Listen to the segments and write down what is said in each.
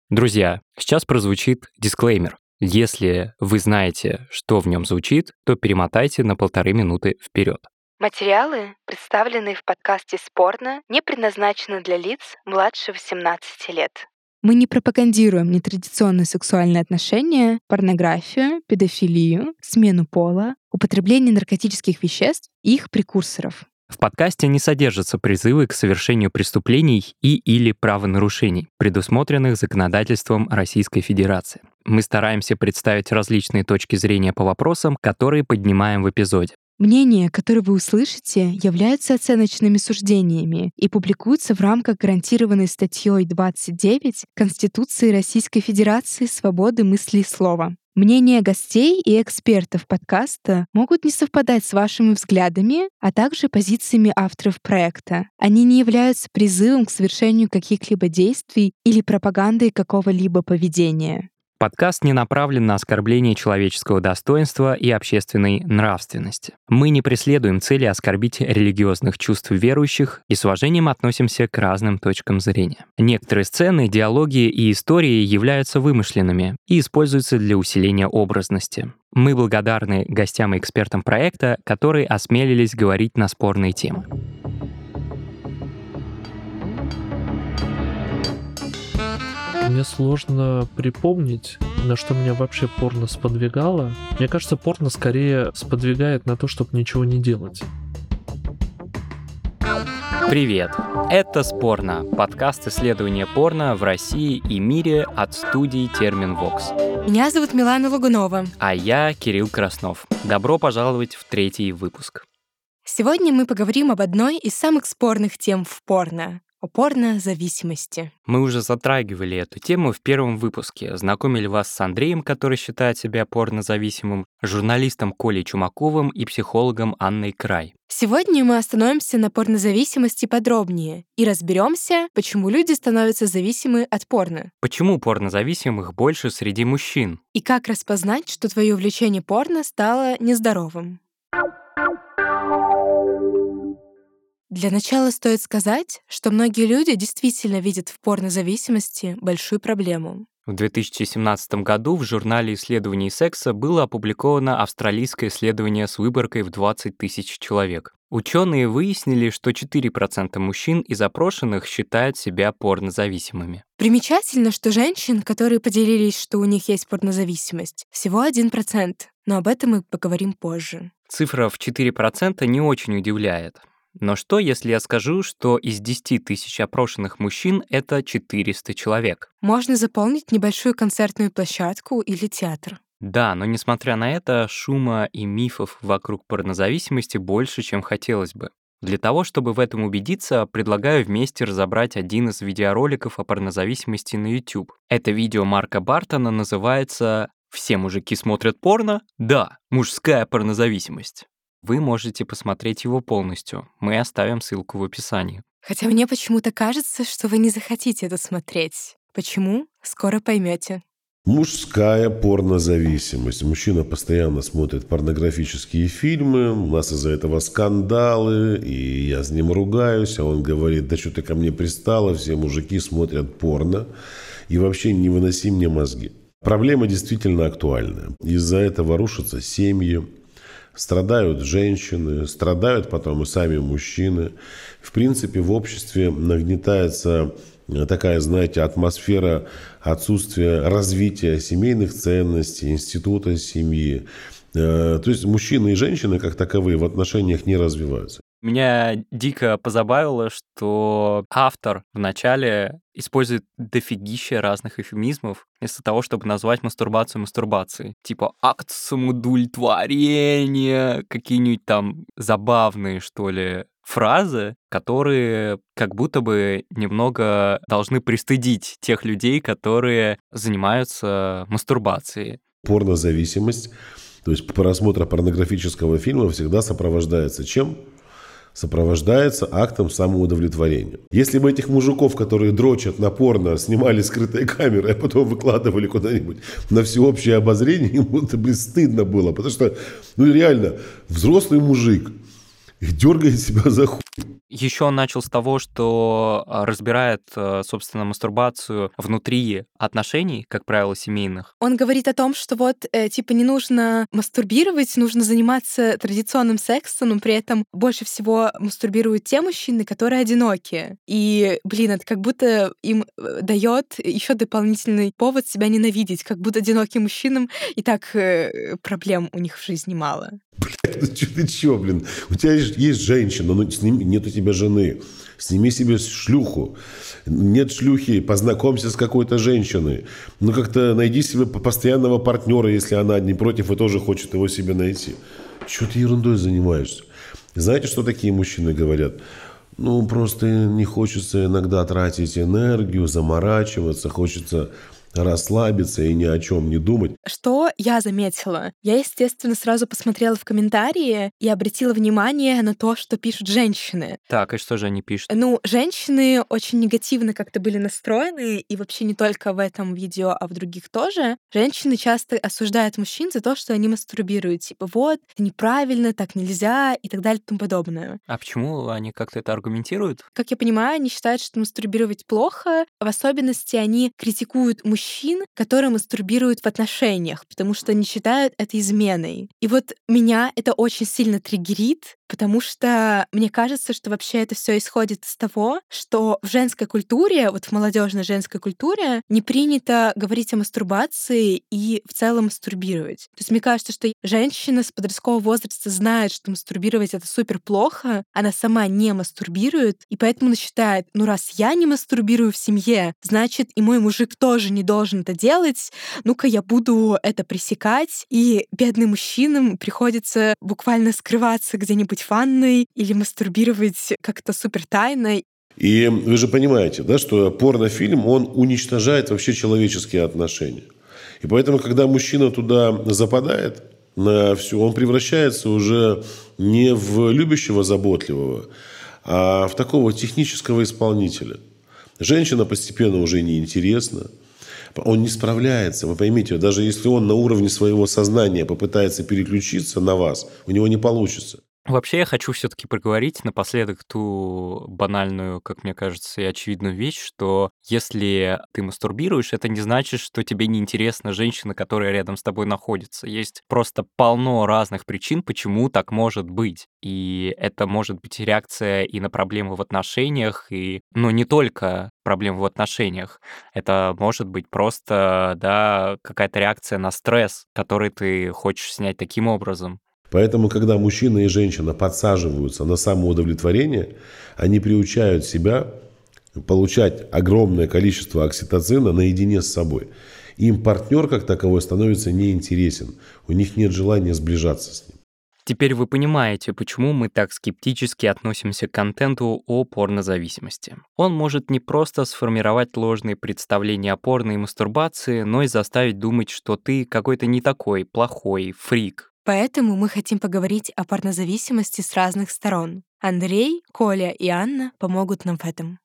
Друзья, сейчас прозвучит дисклеймер. Если вы знаете, что в нем звучит, то перемотайте на 1,5 минуты вперед. Материалы, представленные в подкасте «Спорно», не предназначены для лиц младше 18 лет. Мы не пропагандируем нетрадиционные сексуальные отношения, порнографию, педофилию, смену пола, употребление наркотических веществ и их прекурсоров. В подкасте не содержатся призывы к совершению преступлений и/или правонарушений, предусмотренных законодательством Российской Федерации. Мы стараемся представить различные точки зрения по вопросам, которые поднимаем в эпизоде. Мнения, которые вы услышите, являются оценочными суждениями и публикуются в рамках гарантированной статьей 29 Конституции Российской Федерации свободы мысли и слова. Мнения гостей и экспертов подкаста могут не совпадать с вашими взглядами, а также позициями авторов проекта. Они не являются призывом к совершению каких-либо действий или пропагандой какого-либо поведения. Подкаст не направлен на оскорбление человеческого достоинства и общественной нравственности. Мы не преследуем цели оскорбить религиозных чувств верующих и с уважением относимся к разным точкам зрения. Некоторые сцены, диалоги и истории являются вымышленными и используются для усиления образности. Мы благодарны гостям и экспертам проекта, которые осмелились говорить на спорные темы. Мне сложно припомнить, на что меня вообще порно сподвигало. Мне кажется, порно скорее сподвигает на то, чтобы ничего не делать. Привет! Это «Спорно» — подкаст исследования порно в России и мире от студии «Терминвокс». Меня зовут Милана Логунова. А я Кирилл Краснов. Добро пожаловать в 3-й выпуск. Сегодня мы поговорим об одной из самых спорных тем в порно — о порнозависимости. Мы уже затрагивали эту тему в 1-м выпуске, знакомили вас с Андреем, который считает себя порнозависимым, журналистом Колей Чумаковым и психологом Анной Край. Сегодня мы остановимся на порнозависимости подробнее и разберемся, почему люди становятся зависимы от порно. Почему порнозависимых больше среди мужчин? И как распознать, что твое увлечение порно стало нездоровым. Для начала стоит сказать, что многие люди действительно видят в порнозависимости большую проблему. В 2017 году в журнале исследований секса было опубликовано австралийское исследование с выборкой в 20 тысяч человек. Ученые выяснили, что 4% мужчин из опрошенных считают себя порнозависимыми. Примечательно, что женщин, которые поделились, что у них есть порнозависимость, всего 1%, но об этом мы поговорим позже. Цифра в 4% не очень удивляет. Но что, если я скажу, что из 10 тысяч опрошенных мужчин это 400 человек? Можно заполнить небольшую концертную площадку или театр. Да, но несмотря на это, шума и мифов вокруг порнозависимости больше, чем хотелось бы. Для того, чтобы в этом убедиться, предлагаю вместе разобрать один из видеороликов о порнозависимости на YouTube. Это видео Марка Бартона называется «Все мужики смотрят порно? Да, мужская порнозависимость». Вы можете посмотреть его полностью. Мы оставим ссылку в описании. Хотя мне почему-то кажется, что вы не захотите это смотреть. Почему? Скоро поймете. Мужская порнозависимость. Мужчина постоянно смотрит порнографические фильмы, у нас из-за этого скандалы, и я с ним ругаюсь, а он говорит: да что ты ко мне пристала, все мужики смотрят порно, и вообще не выноси мне мозги. Проблема действительно актуальная. Из-за этого рушатся семьи, страдают женщины, страдают потом и сами мужчины. В принципе, в обществе нагнетается такая, знаете, атмосфера отсутствия развития семейных ценностей, института семьи. То есть мужчины и женщины как таковые в отношениях не развиваются. Меня дико позабавило, что автор вначале использует дофигища разных эвфемизмов вместо того, чтобы назвать мастурбацию мастурбацией. Типа акт самоудовлетворения, какие-нибудь там забавные, что ли, фразы, которые как будто бы немного должны пристыдить тех людей, которые занимаются мастурбацией. Порнозависимость, то есть просмотр порнографического фильма всегда сопровождается чем? Сопровождается актом самоудовлетворения. Если бы этих мужиков, которые дрочат на порно, снимали скрытые камеры, а потом выкладывали куда-нибудь на всеобщее обозрение, им будто бы стыдно было. Потому что, реально, взрослый мужик дергает себя за хуй. Еще он начал с того, что разбирает, собственно, мастурбацию внутри отношений, как правило, семейных. Он говорит о том, что вот, типа, не нужно мастурбировать, нужно заниматься традиционным сексом, но при этом больше всего мастурбируют те мужчины, которые одинокие. И, блин, это как будто им дает еще дополнительный повод себя ненавидеть, как будто одиноким мужчинам и так проблем у них в жизни мало. Блядь, ты чё, блин? У тебя есть женщина, но нет у тебя жены. Сними себе шлюху. Нет шлюхи, познакомься с какой-то женщиной. Ну, как-то найди себе постоянного партнера, если она не против и тоже хочет его себе найти. Чё ты ерундой занимаешься? Знаете, что такие мужчины говорят? Ну, просто не хочется иногда тратить энергию, заморачиваться, хочется расслабиться и ни о чем не думать. Что я заметила? Я, естественно, сразу посмотрела в комментарии и обратила внимание на то, что пишут женщины. Так, и что же они пишут? Ну, женщины очень негативно как-то были настроены, и вообще не только в этом видео, а в других тоже. Женщины часто осуждают мужчин за то, что они мастурбируют. Типа, вот, это неправильно, так нельзя, и так далее и тому подобное. А почему они как-то это аргументируют? Как я понимаю, они считают, что мастурбировать плохо. В особенности они критикуют мужчин, которые мастурбируют в отношениях, потому что они считают это изменой. И вот меня это очень сильно триггерит, потому что мне кажется, что вообще это все исходит из того, что в женской культуре, вот в молодежной женской культуре, не принято говорить о мастурбации и в целом мастурбировать. То есть мне кажется, что женщина с подросткового возраста знает, что мастурбировать — это супер плохо, она сама не мастурбирует, и поэтому она считает, ну раз я не мастурбирую в семье, значит и мой мужик тоже не должен это делать, ну-ка я буду это пресекать, и бедным мужчинам приходится буквально скрываться где-нибудь в ванной или мастурбировать как-то супер тайно. И вы же понимаете, да, что порнофильм, он уничтожает вообще человеческие отношения. И поэтому, когда мужчина туда западает на все, он превращается уже не в любящего, заботливого, а в такого технического исполнителя. Женщина постепенно уже неинтересна. Он не справляется, вы поймите, даже если он на уровне своего сознания попытается переключиться на вас, у него не получится. Вообще, я хочу все-таки проговорить напоследок ту банальную, как мне кажется, и очевидную вещь, что если ты мастурбируешь, это не значит, что тебе неинтересна женщина, которая рядом с тобой находится. Есть просто полно разных причин, почему так может быть. И это может быть реакция и на проблемы в отношениях, но не только проблемы в отношениях. Это может быть просто, да, какая-то реакция на стресс, который ты хочешь снять таким образом. Поэтому, когда мужчина и женщина подсаживаются на самоудовлетворение, они приучают себя получать огромное количество окситоцина наедине с собой. Им партнер как таковой становится неинтересен. У них нет желания сближаться с ним. Теперь вы понимаете, почему мы так скептически относимся к контенту о порнозависимости. Он может не просто сформировать ложные представления о порно и мастурбации, но и заставить думать, что ты какой-то не такой, плохой, фрик. Поэтому мы хотим поговорить о порнозависимости с разных сторон. Андрей, Коля и Анна помогут нам в этом.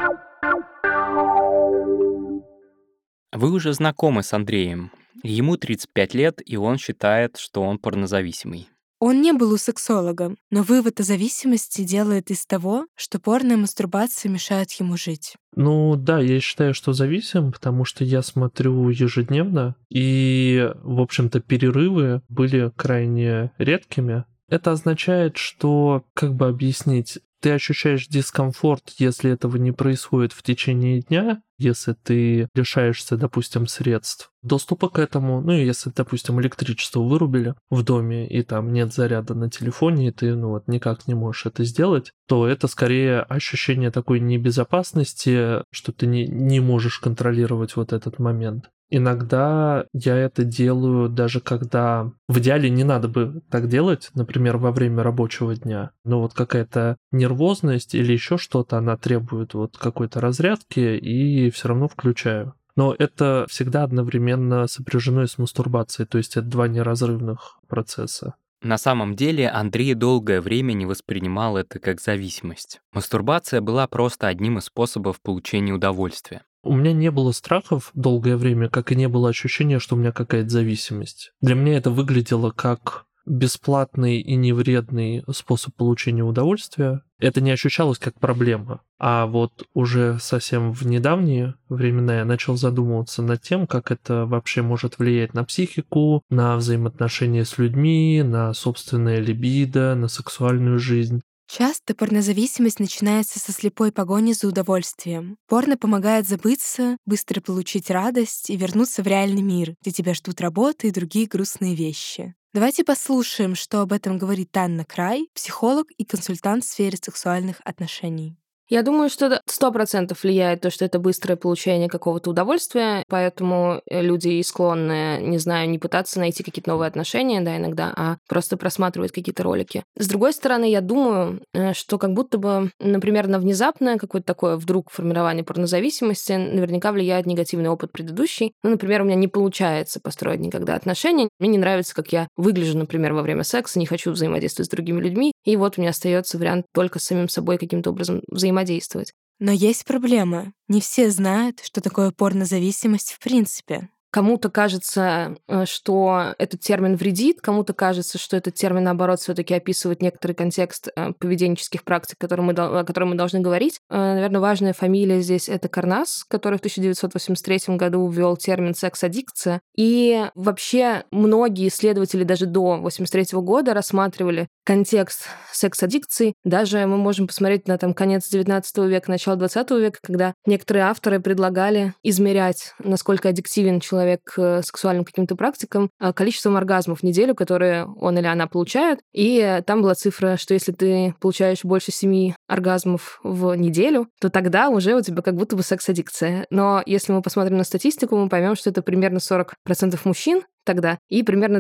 Вы уже знакомы с Андреем. Ему 35 лет, и он считает, что он порнозависимый. Он не был у сексолога, но вывод о зависимости делает из того, что порно и мастурбация мешают ему жить. Ну да, я считаю, что зависим, потому что я смотрю ежедневно, и, в общем-то, перерывы были крайне редкими. Это означает, что, как бы объяснить, ты ощущаешь дискомфорт, если этого не происходит в течение дня, если ты лишаешься, допустим, средств доступа к этому, ну и если, допустим, электричество вырубили в доме, и там нет заряда на телефоне, и ты, никак не можешь это сделать, то это скорее ощущение такой небезопасности, что ты не можешь контролировать вот этот момент. Иногда я это делаю даже когда в идеале не надо бы так делать, например, во время рабочего дня, но вот какая-то нервозность или еще что-то, она требует вот какой-то разрядки, и все равно включаю. Но это всегда одновременно сопряжено и с мастурбацией, то есть это два неразрывных процесса. На самом деле Андрей долгое время не воспринимал это как зависимость. Мастурбация была просто одним из способов получения удовольствия. У меня не было страхов долгое время, как и не было ощущения, что у меня какая-то зависимость. Для меня это выглядело как бесплатный и невредный способ получения удовольствия, это не ощущалось как проблема. А вот уже совсем в недавние времена я начал задумываться над тем, как это вообще может влиять на психику, на взаимоотношения с людьми, на собственное либидо, на сексуальную жизнь. Часто порнозависимость начинается со слепой погони за удовольствием. Порно помогает забыться, быстро получить радость и вернуться в реальный мир, где тебя ждут работа и другие грустные вещи. Давайте послушаем, что об этом говорит Анна Край, психолог и консультант в сфере сексуальных отношений. Я думаю, что это 100% влияет то, что это быстрое получение какого-то удовольствия, поэтому люди и склонны, не знаю, не пытаться найти какие-то новые отношения, да, иногда, а просто просматривать какие-то ролики. С другой стороны, я думаю, что как будто бы, например, на внезапное какое-то такое вдруг формирование порнозависимости наверняка влияет негативный опыт предыдущий. Ну, например, у меня не получается построить никогда отношения, мне не нравится, как я выгляжу, например, во время секса, не хочу взаимодействовать с другими людьми, и вот у меня остается вариант только с самим собой каким-то образом взаимодействовать. Но есть проблема. Не все знают, что такое порнозависимость в принципе. Кому-то кажется, что этот термин вредит, кому-то кажется, что этот термин, наоборот, все-таки описывает некоторый контекст поведенческих практик, о котором мы должны говорить. Наверное, важная фамилия здесь — это Карнас, который в 1983 году ввел термин «секс-аддикция». И вообще многие исследователи даже до 1983 года рассматривали контекст секс-аддикции. Даже мы можем посмотреть на конец XIX века, начало XX века, когда некоторые авторы предлагали измерять, насколько аддиктивен человек к сексуальным каким-то практикам, количеством оргазмов в неделю, которые он или она получают. И там была цифра, что если ты получаешь больше 7 оргазмов в неделю, то тогда уже у тебя как будто бы секс-аддикция. Но если мы посмотрим на статистику, мы поймем, что это примерно 40% мужчин тогда и примерно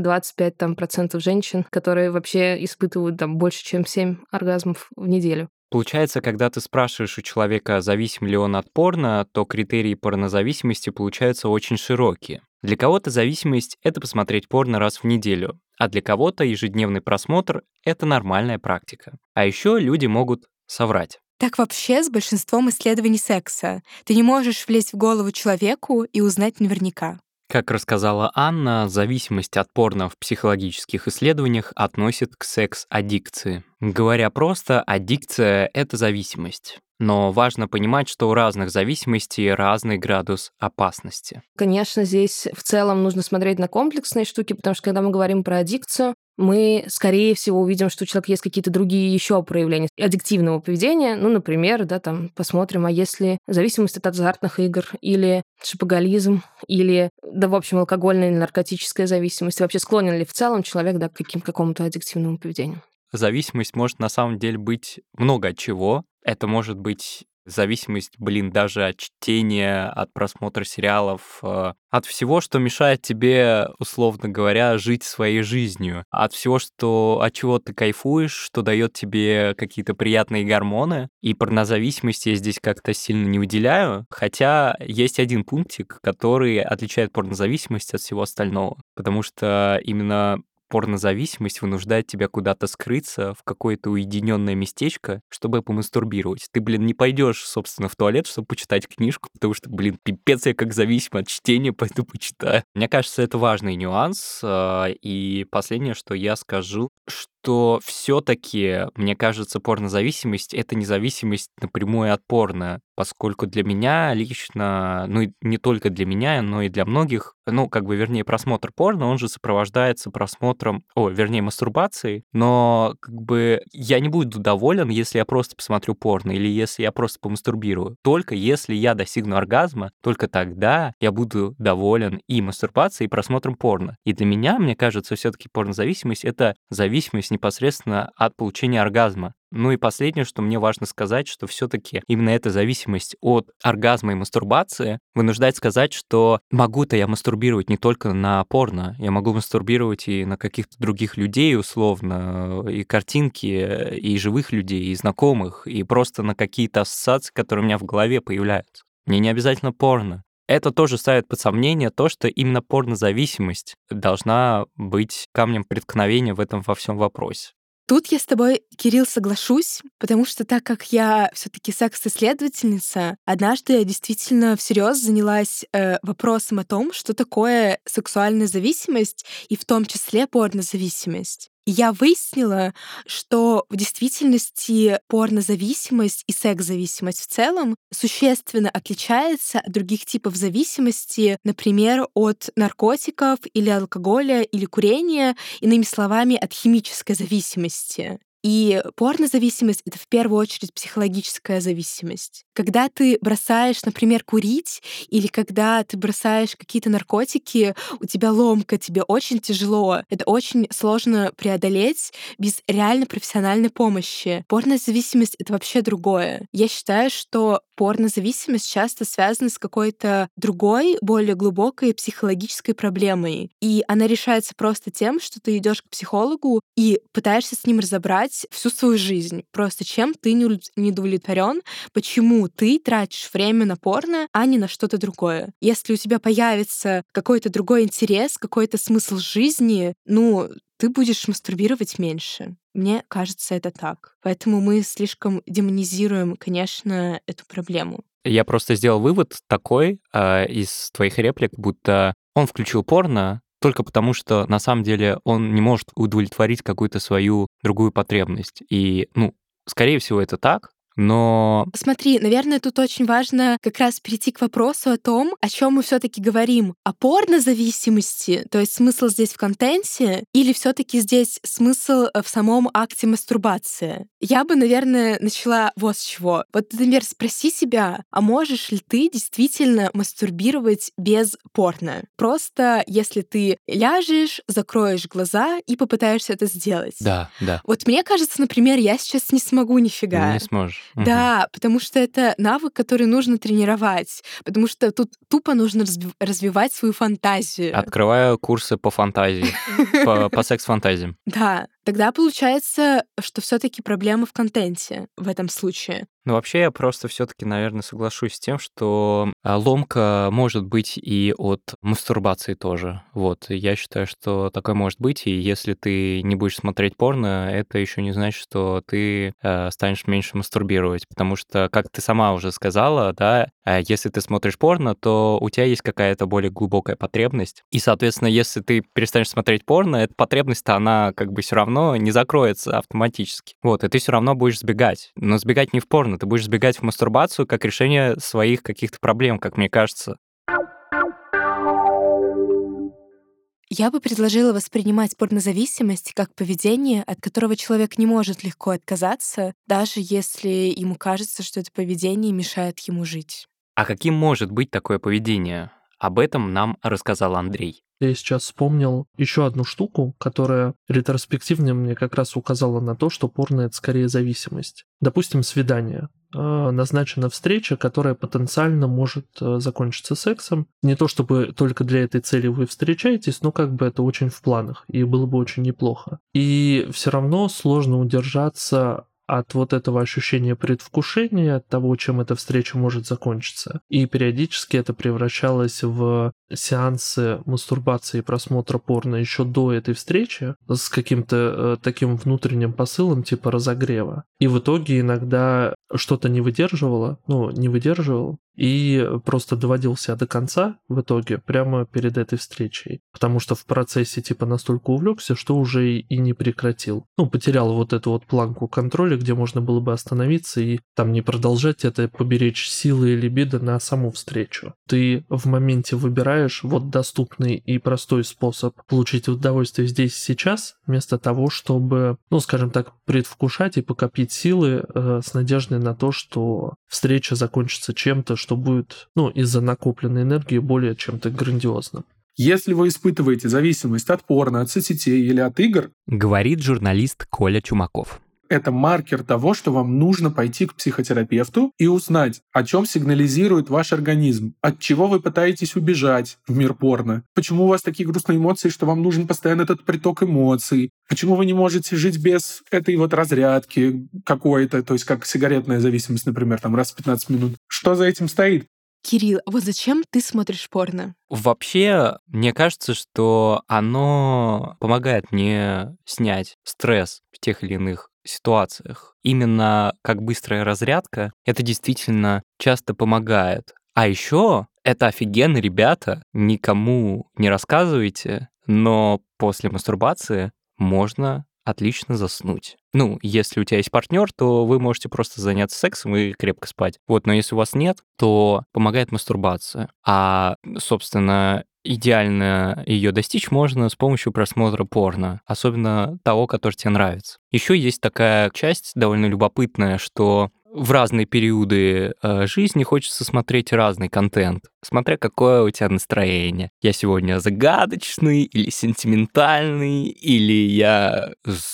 25% женщин, которые вообще испытывают больше, чем 7 оргазмов в неделю. Получается, когда ты спрашиваешь у человека, зависим ли он от порно, то критерии порнозависимости получаются очень широкие. Для кого-то зависимость — это посмотреть порно раз в неделю, а для кого-то ежедневный просмотр — это нормальная практика. А еще люди могут соврать. Так вообще с большинством исследований секса. Ты не можешь влезть в голову человеку и узнать наверняка. Как рассказала Анна, зависимость от порно в психологических исследованиях относят к секс-аддикции. Говоря просто, аддикция — это зависимость. Но важно понимать, что у разных зависимостей разный градус опасности. Конечно, здесь в целом нужно смотреть на комплексные штуки, потому что когда мы говорим про аддикцию, мы, скорее всего, увидим, что у человека есть какие-то другие еще проявления аддиктивного поведения. Ну, например, посмотрим, а если зависимость от азартных игр, или шопоголизм, или, в общем, алкогольная или наркотическая зависимость. Вообще склонен ли в целом человек к какому-то аддиктивному поведению? Зависимость может на самом деле быть много от чего. Это может быть зависимость, даже от чтения, от просмотра сериалов, от всего, что мешает тебе, условно говоря, жить своей жизнью, от всего, от чего ты кайфуешь, что дает тебе какие-то приятные гормоны. И порнозависимость я здесь как-то сильно не выделяю, хотя есть один пунктик, который отличает порнозависимость от всего остального, потому что именно порнозависимость вынуждает тебя куда-то скрыться в какое-то уединенное местечко, чтобы помастурбировать. Ты, не пойдешь, собственно, в туалет, чтобы почитать книжку, потому что, пипец, я как зависим от чтения, пойду почитаю. Мне кажется, это важный нюанс. И последнее, что я скажу, что все-таки, мне кажется, порнозависимость — это не зависимость напрямую от порно, поскольку для меня лично, не только для меня, но и для многих, просмотр порно, он же сопровождается мастурбацией, но я не буду доволен, если я просто посмотрю порно или если я просто помастурбирую. Только если я достигну оргазма, только тогда я буду доволен и мастурбацией, и просмотром порно. И для меня, мне кажется, все-таки порнозависимость — это зависимость непосредственно от получения оргазма. Ну и последнее, что мне важно сказать, что все-таки именно эта зависимость от оргазма и мастурбации вынуждает сказать, что могу-то я мастурбировать не только на порно, я могу мастурбировать и на каких-то других людей, условно, и картинки, и живых людей, и знакомых, и просто на какие-то ассоциации, которые у меня в голове появляются. Мне не обязательно порно. Это тоже ставит под сомнение то, что именно порнозависимость должна быть камнем преткновения в этом во всем вопросе. Тут я с тобой, Кирилл, соглашусь, потому что так как я все-таки секс-исследовательница, однажды я действительно всерьез занялась вопросом о том, что такое сексуальная зависимость и в том числе порнозависимость. И я выяснила, что в действительности порнозависимость и секс-зависимость в целом существенно отличается от других типов зависимости, например, от наркотиков или алкоголя или курения, иными словами, от химической зависимости. И порнозависимость — это в первую очередь психологическая зависимость. Когда ты бросаешь, например, курить, или когда ты бросаешь какие-то наркотики, у тебя ломка, тебе очень тяжело. Это очень сложно преодолеть без реально профессиональной помощи. Порнозависимость — это вообще другое. Я считаю, что порнозависимость часто связана с какой-то другой, более глубокой психологической проблемой. И она решается просто тем, что ты идешь к психологу и пытаешься с ним разобрать всю свою жизнь. Просто чем ты не удовлетворен, почему ты тратишь время на порно, а не на что-то другое. Если у тебя появится какой-то другой интерес, какой-то смысл жизни, ты будешь мастурбировать меньше. Мне кажется, это так. Поэтому мы слишком демонизируем, конечно, эту проблему. Я просто сделал вывод такой из твоих реплик, будто он включил порно только потому, что на самом деле он не может удовлетворить какую-то свою другую потребность. И, скорее всего, это так. Но смотри, наверное, тут очень важно как раз перейти к вопросу о том, о чем мы все-таки говорим. О порнозависимости, то есть смысл здесь в контенте, или все-таки здесь смысл в самом акте мастурбации? Я бы, наверное, начала вот с чего. Вот, например, спроси себя, а можешь ли ты действительно мастурбировать без порно? Просто если ты ляжешь, закроешь глаза и попытаешься это сделать. Да. Вот мне кажется, например, я сейчас не смогу нифига. Не сможешь. Да, потому что это навык, который нужно тренировать, потому что тут тупо нужно развивать свою фантазию. Открываю курсы по фантазии, по секс-фантазиям. Да, тогда получается, что все-таки проблема в контенте в этом случае. Вообще я просто все-таки, наверное, соглашусь с тем, что ломка может быть и от мастурбации тоже. Я считаю, что такое может быть, и если ты не будешь смотреть порно, это еще не значит, что ты станешь меньше мастурбировать, потому что, как ты сама уже сказала, да, если ты смотришь порно, то у тебя есть какая-то более глубокая потребность, и, соответственно, если ты перестанешь смотреть порно, эта потребность-то, она как бы все равно не закроется автоматически. И ты все равно будешь сбегать, но сбегать не в порно, ты будешь сбегать в мастурбацию как решение своих каких-то проблем, как мне кажется. Я бы предложила воспринимать порнозависимость как поведение, от которого человек не может легко отказаться, даже если ему кажется, что это поведение мешает ему жить. А каким может быть такое поведение? Об этом нам рассказал Андрей. Я сейчас вспомнил еще одну штуку, которая ретроспективно мне как раз указала на то, что порно — это скорее зависимость. Допустим, свидание. Назначена встреча, которая потенциально может закончиться сексом. Не то чтобы только для этой цели вы встречаетесь, но как бы это очень в планах, и было бы очень неплохо. И все равно сложно удержаться от вот этого ощущения предвкушения, от того, чем эта встреча может закончиться. И периодически это превращалось в сеансы мастурбации и просмотра порно еще до этой встречи с каким-то таким внутренним посылом типа разогрева. И в итоге иногда что-то не выдерживал, и просто доводил себя до конца в итоге прямо перед этой встречей. Потому что в процессе типа настолько увлекся, что уже и не прекратил. Потерял вот эту вот планку контроля, где можно было бы остановиться и там не продолжать это, поберечь силы и либидо на саму встречу. Ты в моменте выбираешь вот доступный и простой способ получить удовольствие здесь и сейчас, вместо того, чтобы, скажем так, предвкушать и покопить силы с надеждой на то, что встреча закончится чем-то, что будет, из-за накопленной энергии более чем-то грандиозным. Если вы испытываете зависимость от порно, от соцсетей или от игр, говорит журналист Коля Чумаков. Это маркер того, что вам нужно пойти к психотерапевту и узнать, о чем сигнализирует ваш организм, от чего вы пытаетесь убежать в мир порно, почему у вас такие грустные эмоции, что вам нужен постоянно этот приток эмоций, почему вы не можете жить без этой вот разрядки какой-то, то есть как сигаретная зависимость, например, там раз в 15 минут. Что за этим стоит? Кирилл, а вот зачем ты смотришь порно? Вообще, мне кажется, что оно помогает мне снять стресс в тех или иных ситуациях. Именно как быстрая разрядка, это действительно часто помогает. А еще это офигенно, ребята, никому не рассказывайте, но после мастурбации можно отлично заснуть. Ну, если у тебя есть партнер, то вы можете просто заняться сексом и крепко спать. Вот, но если у вас нет, то помогает мастурбация. А, собственно, идеально ее достичь можно с помощью просмотра порно, особенно того, который тебе нравится. Еще есть такая часть довольно любопытная, что в разные периоды жизни хочется смотреть разный контент, смотря какое у тебя настроение. Я сегодня загадочный или сентиментальный, или я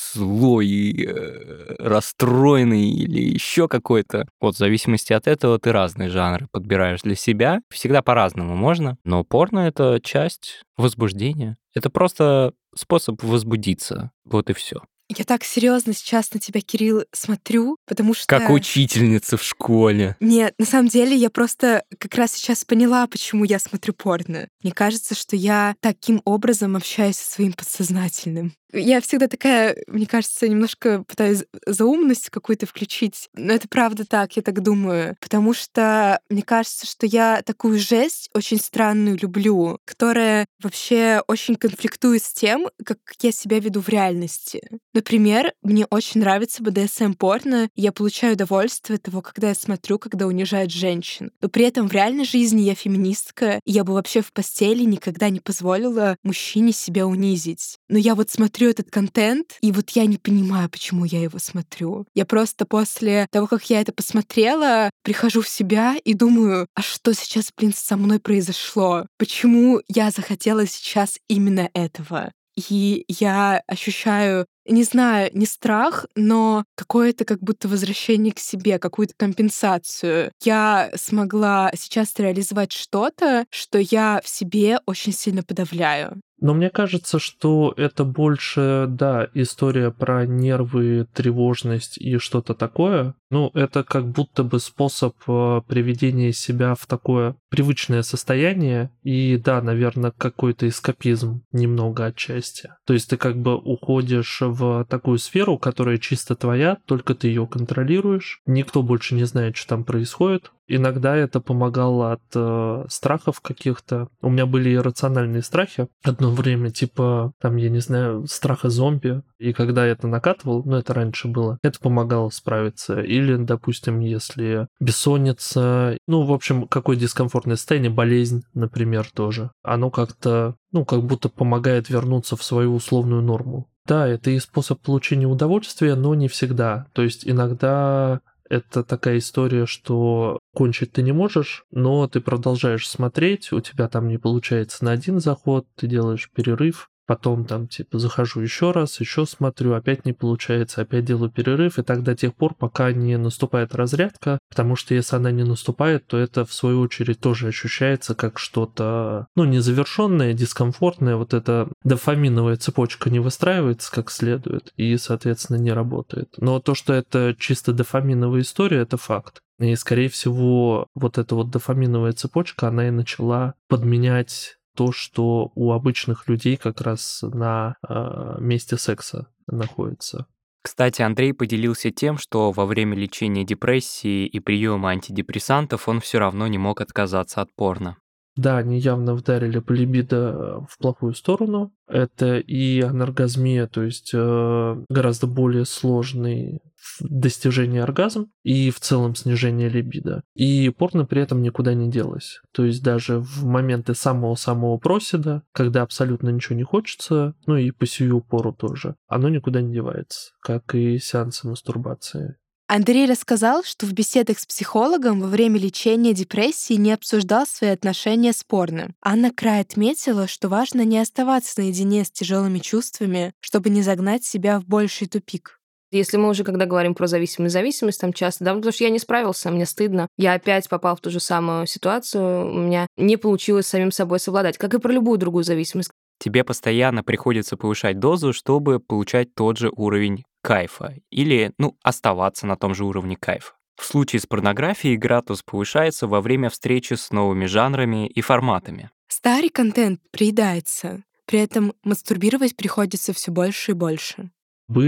злой, расстроенный, или еще какой-то. Вот в зависимости от этого ты разные жанры подбираешь для себя. Всегда по-разному можно, но порно — это часть возбуждения. Это просто способ возбудиться. Вот и все. Я так серьезно сейчас на тебя, Кирилл, смотрю, потому что... Как учительница в школе. Нет, на самом деле я просто как раз сейчас поняла, почему я смотрю порно. Мне кажется, что я таким образом общаюсь со своим подсознательным. Я всегда такая, мне кажется, немножко пытаюсь заумность какую-то включить. Но это правда так, я так думаю. Потому что мне кажется, что я такую жесть очень странную люблю, которая вообще очень конфликтует с тем, как я себя веду в реальности. Например, мне очень нравится BDSM-порно, и я получаю удовольствие от того, когда я смотрю, когда унижают женщин. Но при этом в реальной жизни я феминистка, и я бы вообще в постели никогда не позволила мужчине себя унизить. Но я вот смотрю этот контент, и вот я не понимаю, почему я его смотрю. Я просто после того, как я это посмотрела, прихожу в себя и думаю, а что сейчас, блин, со мной произошло? Почему я захотела сейчас именно этого? И я ощущаю, не знаю, не страх, но какое-то как будто возвращение к себе, какую-то компенсацию. Я смогла сейчас реализовать что-то, что я в себе очень сильно подавляю. Но мне кажется, что это больше, да, история про нервы, тревожность и что-то такое. Ну, это как будто бы способ приведения себя в такое привычное состояние. И да, наверное, какой-то эскапизм немного отчасти. То есть ты как бы уходишь в такую сферу, которая чисто твоя, только ты ее контролируешь. Никто больше не знает, что там происходит. Иногда это помогало от страхов каких-то. У меня были иррациональные страхи одно время, типа, там, я не знаю, страха зомби. И когда я это накатывал, ну, это раньше было, это помогало справиться. Или, допустим, если бессонница, ну, в общем, какое дискомфортное состояние, болезнь, например, тоже. Оно как-то, ну, как будто помогает вернуться в свою условную норму. Да, это и способ получения удовольствия, но не всегда. То есть иногда... Это такая история, что кончить ты не можешь, но ты продолжаешь смотреть, у тебя там не получается на один заход, ты делаешь перерыв, потом там типа захожу еще раз, еще смотрю, опять не получается, опять делаю перерыв, и так до тех пор, пока не наступает разрядка, потому что если она не наступает, то это в свою очередь тоже ощущается как что-то, ну, незавершенное, дискомфортное, вот эта дофаминовая цепочка не выстраивается как следует и, соответственно, не работает. Но то, что это чисто дофаминовая история, это факт. И, скорее всего, вот эта вот дофаминовая цепочка, она и начала подменять то, что у обычных людей как раз на месте секса находится. Кстати, Андрей поделился тем, что во время лечения депрессии и приема антидепрессантов он все равно не мог отказаться от порно. Да, они явно вдарили по либидо в плохую сторону. Это и аноргазмия, то есть гораздо более сложный достижение оргазм и в целом снижение либидо. И порно при этом никуда не делось. То есть даже в моменты самого-самого проседа, когда абсолютно ничего не хочется, ну и по сию пору тоже, оно никуда не девается, как и сеансы мастурбации. Андрей рассказал, что в беседах с психологом во время лечения депрессии не обсуждал свои отношения с порно. Анна Край отметила, что важно не оставаться наедине с тяжелыми чувствами, чтобы не загнать себя в больший тупик. Если мы уже, когда говорим про зависимость, там часто, да, потому что я не справился, мне стыдно. Я опять попал в ту же самую ситуацию, у меня не получилось с самим собой совладать, как и про любую другую зависимость. Тебе постоянно приходится повышать дозу, чтобы получать тот же уровень кайфа или, оставаться на том же уровне кайфа. В случае с порнографией градус повышается во время встречи с новыми жанрами и форматами. Старый контент приедается, при этом мастурбировать приходится все больше и больше.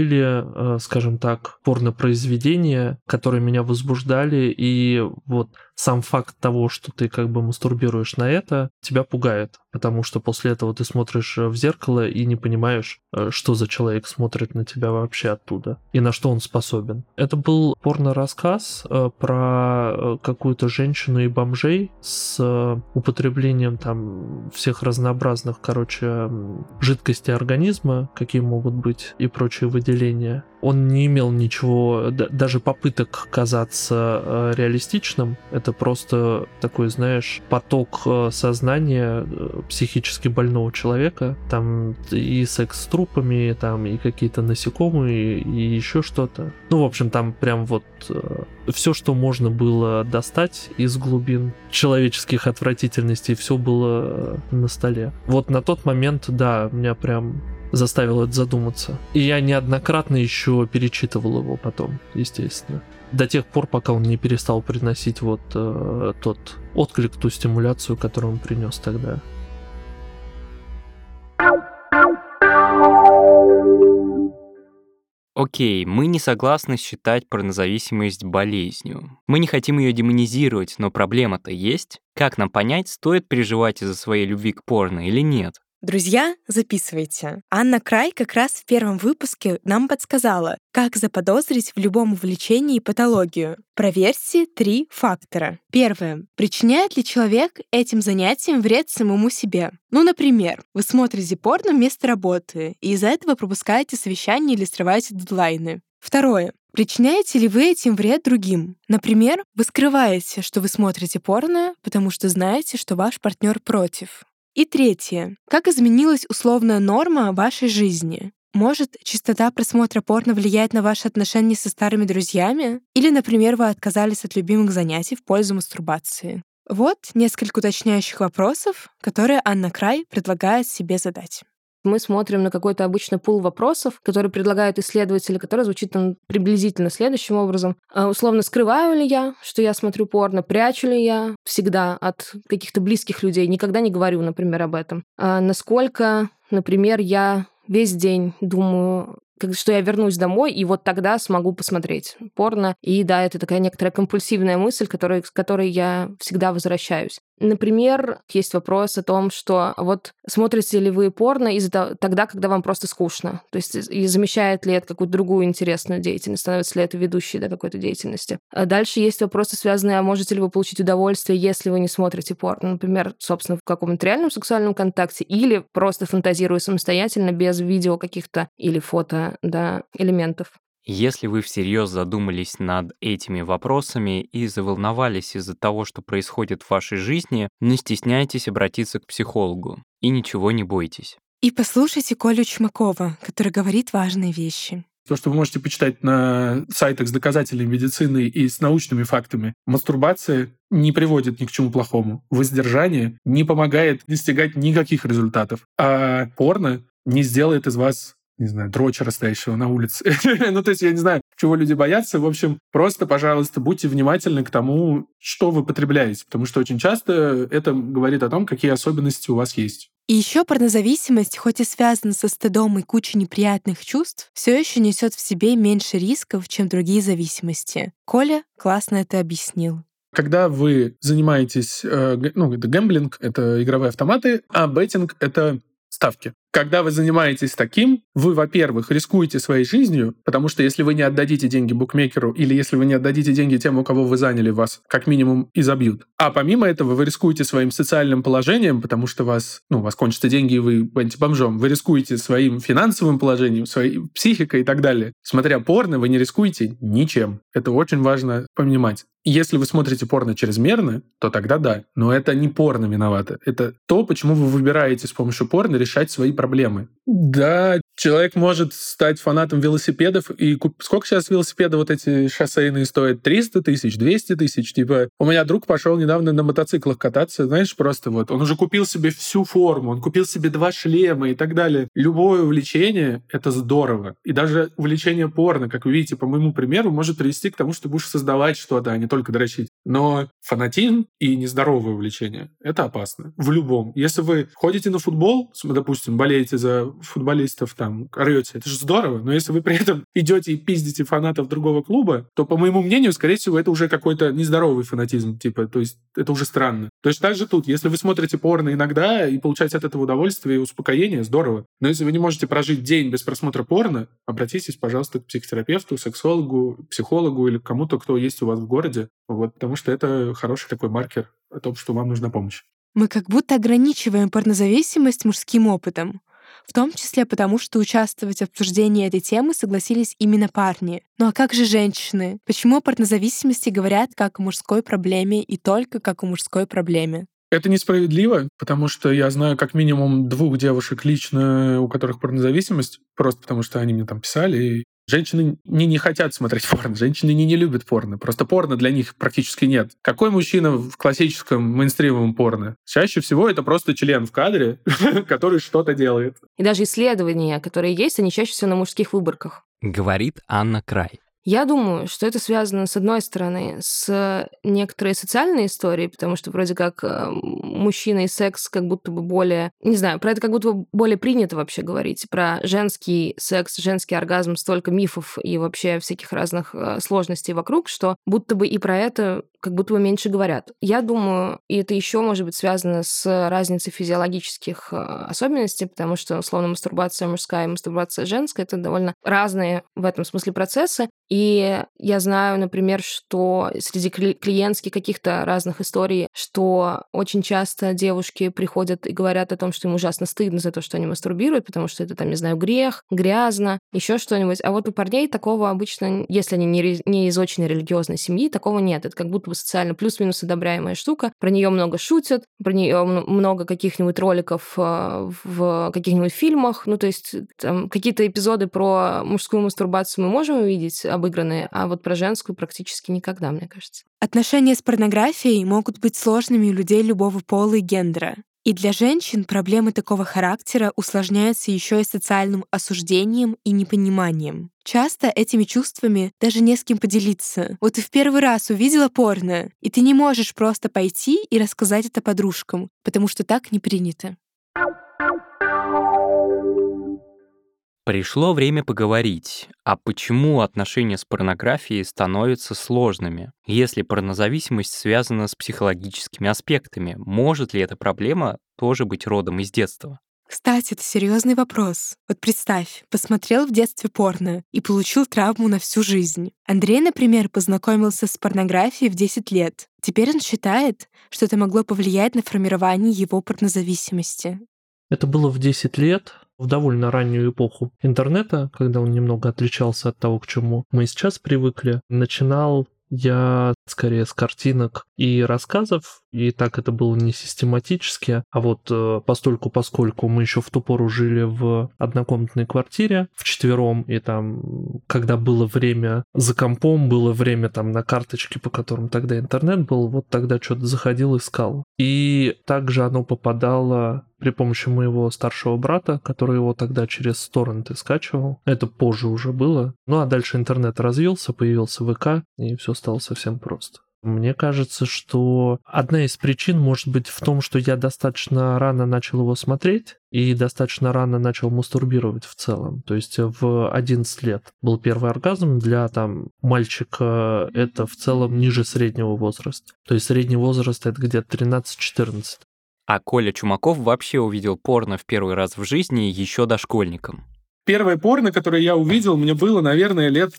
Были, скажем так, порнопроизведения, которые меня возбуждали, и вот сам факт того, что ты как бы мастурбируешь на это, тебя пугает, потому что после этого ты смотришь в зеркало и не понимаешь, что за человек смотрит на тебя вообще оттуда и на что он способен. Это был порно-рассказ про какую-то женщину и бомжей с употреблением там всех разнообразных, жидкостей организма, какие могут быть, и прочие выделения. Он не имел ничего, даже попыток казаться реалистичным. Это просто такой, знаешь, поток сознания психически больного человека. Там и секс с трупами, там и какие-то насекомые, и еще что-то. Ну, в общем, там прям вот все, что можно было достать из глубин человеческих отвратительностей, все было на столе. Вот на тот момент, да, меня прям заставил это задуматься. И я неоднократно еще перечитывал его потом, естественно. До тех пор, пока он не перестал приносить вот тот отклик, ту стимуляцию, которую он принес тогда. Окей, мы не согласны считать порнозависимость болезнью. Мы не хотим ее демонизировать, но проблема-то есть. Как нам понять, стоит переживать из-за своей любви к порно или нет? Друзья, записывайте. Анна Край как раз в первом выпуске нам подсказала, как заподозрить в любом увлечении патологию. Проверьте 3 фактора. Первое. Причиняет ли человек этим занятием вред самому себе? Ну, например, вы смотрите порно вместо работы, и из-за этого пропускаете совещания или срываете дедлайны. Второе. Причиняете ли вы этим вред другим? Например, вы скрываете, что вы смотрите порно, потому что знаете, что ваш партнер против. И третье. Как изменилась условная норма вашей жизни? Может, частота просмотра порно влияет на ваши отношения со старыми друзьями? Или, например, вы отказались от любимых занятий в пользу мастурбации? Вот несколько уточняющих вопросов, которые Анна Край предлагает себе задать. Мы смотрим на какой-то обычный пул вопросов, который предлагают исследователи, который звучит приблизительно следующим образом. Условно, скрываю ли я, что я смотрю порно, прячу ли я всегда от каких-то близких людей, никогда не говорю, например, об этом. Насколько, например, я весь день думаю, что я вернусь домой, и вот тогда смогу посмотреть порно. И да, это такая некоторая компульсивная мысль, к которой я всегда возвращаюсь. Например, есть вопрос о том, что вот смотрите ли вы порно тогда, когда вам просто скучно? То есть и замещает ли это какую-то другую интересную деятельность? Становится ли это ведущей какой-то деятельности? А дальше есть вопросы, связанные, а можете ли вы получить удовольствие, если вы не смотрите порно? Например, собственно, в каком-нибудь реальном сексуальном контакте или просто фантазируя самостоятельно, без видео каких-то или фото, элементов. Если вы всерьез задумались над этими вопросами и заволновались из-за того, что происходит в вашей жизни, не стесняйтесь обратиться к психологу и ничего не бойтесь. И послушайте Колю Чмакова, который говорит важные вещи. То, что вы можете почитать на сайтах с доказательной медициной и с научными фактами. Мастурбация не приводит ни к чему плохому. Воздержание не помогает достигать никаких результатов. А порно не сделает из вас, не знаю, дрочера, стоящего на улице. Ну, то есть я не знаю, чего люди боятся. В общем, просто, пожалуйста, будьте внимательны к тому, что вы потребляете, потому что очень часто это говорит о том, какие особенности у вас есть. И еще порнозависимость, хоть и связана со стыдом и кучей неприятных чувств, все еще несет в себе меньше рисков, чем другие зависимости. Коля классно это объяснил. Когда вы занимаетесь, это гэмблинг, это игровые автоматы, а беттинг — это ставки. Когда вы занимаетесь таким, вы, во-первых, рискуете своей жизнью, потому что если вы не отдадите деньги букмекеру или если вы не отдадите деньги тем, у кого вы заняли, вас как минимум изобьют. А помимо этого вы рискуете своим социальным положением, потому что у вас кончатся деньги, и вы будете бомжом. Вы рискуете своим финансовым положением, своей психикой и так далее. Смотря порно, вы не рискуете ничем. Это очень важно понимать. Если вы смотрите порно чрезмерно, то тогда да. Но это не порно виновато. Это то, почему вы выбираете с помощью порно решать свои проблемы. Да, человек может стать фанатом велосипедов. И сколько сейчас велосипеды вот эти шоссейные стоят? 300 тысяч, 200 тысяч. Типа, у меня друг пошел недавно на мотоциклах кататься. Знаешь, просто вот он уже купил себе всю форму, он купил себе 2 шлема и так далее. Любое увлечение — это здорово. И даже увлечение порно, как вы видите, по моему примеру, может привести к тому, что будешь создавать что-то, а не только дрочить. Но фанатизм и нездоровое увлечение — это опасно. В любом. Если вы ходите на футбол, допустим, болеете за футболистов, там, орёте, это же здорово, но если вы при этом идете и пиздите фанатов другого клуба, то, по моему мнению, скорее всего, это уже какой-то нездоровый фанатизм, типа, то есть это уже странно. То есть так же тут, если вы смотрите порно иногда и получаете от этого удовольствие и успокоение, здорово. Но если вы не можете прожить день без просмотра порно, обратитесь, пожалуйста, к психотерапевту, сексологу, психологу или к кому-то, кто есть у вас в городе, вот, потому что это хороший такой маркер о том, что вам нужна помощь. Мы как будто ограничиваем порнозависимость мужским опытом. В том числе потому, что участвовать в обсуждении этой темы согласились именно парни. Ну а как же женщины? Почему о порнозависимости говорят как о мужской проблеме и только как о мужской проблеме? Это несправедливо, потому что я знаю как минимум 2 девушек лично, у которых порнозависимость, просто потому что они мне там писали. Женщины не хотят смотреть порно, женщины не любят порно. Просто порно для них практически нет. Какой мужчина в классическом мейнстримовом порно? Чаще всего это просто член в кадре, который что-то делает. И даже исследования, которые есть, они чаще всего на мужских выборках. Говорит Анна Край. Я думаю, что это связано, с одной стороны, с некоторой социальной историей, потому что вроде как мужчина и секс как будто бы более... Не знаю, про это как будто бы более принято вообще говорить. Про женский секс, женский оргазм столько мифов и вообще всяких разных сложностей вокруг, что будто бы и про это как будто бы меньше говорят. Я думаю, и это еще может быть связано с разницей физиологических особенностей, потому что, условно, мастурбация мужская и мастурбация женская — это довольно разные в этом смысле процессы. И я знаю, например, что среди клиентских каких-то разных историй, что очень часто девушки приходят и говорят о том, что им ужасно стыдно за то, что они мастурбируют, потому что это, там, не знаю, грех, грязно, еще что-нибудь. А вот у парней такого обычно, если они не из очень религиозной семьи, такого нет. Это как будто бы социально плюс-минус одобряемая штука. Про нее много шутят, про нее много каких-нибудь роликов в каких-нибудь фильмах. Ну, то есть там какие-то эпизоды про мужскую мастурбацию мы можем увидеть, обыгранные, а вот про женскую практически никогда, мне кажется. Отношения с порнографией могут быть сложными у людей любого пола и гендера. И для женщин проблемы такого характера усложняются еще и социальным осуждением и непониманием. Часто этими чувствами даже не с кем поделиться. Вот ты в первый раз увидела порно, и ты не можешь просто пойти и рассказать это подружкам, потому что так не принято. Пришло время поговорить, а почему отношения с порнографией становятся сложными? Если порнозависимость связана с психологическими аспектами, может ли эта проблема тоже быть родом из детства? Кстати, это серьезный вопрос. Вот представь, посмотрел в детстве порно и получил травму на всю жизнь. Андрей, например, познакомился с порнографией в 10 лет. Теперь он считает, что это могло повлиять на формирование его порнозависимости. Это было в 10 лет, в довольно раннюю эпоху интернета, когда он немного отличался от того, к чему мы сейчас привыкли. Начинал я скорее с картинок и рассказов, и так это было не систематически, а вот поскольку мы еще в ту пору жили в однокомнатной квартире вчетвером, и там, когда было время за компом, было время там на карточке, по которым тогда интернет был, вот тогда что-то заходил, искал. И также оно попадало при помощи моего старшего брата, который его тогда через торренты скачивал. Это позже уже было. Ну а дальше интернет развился, появился ВК, и все стало совсем просто. Мне кажется, что одна из причин может быть в том, что я достаточно рано начал его смотреть и достаточно рано начал мастурбировать в целом. То есть в 11 лет был первый оргазм. Для там мальчика это в целом ниже среднего возраста. То есть средний возраст это где-то 13-14. А Коля Чумаков вообще увидел порно в первый раз в жизни еще дошкольником. Первое порно, которое я увидел, мне было, наверное, лет,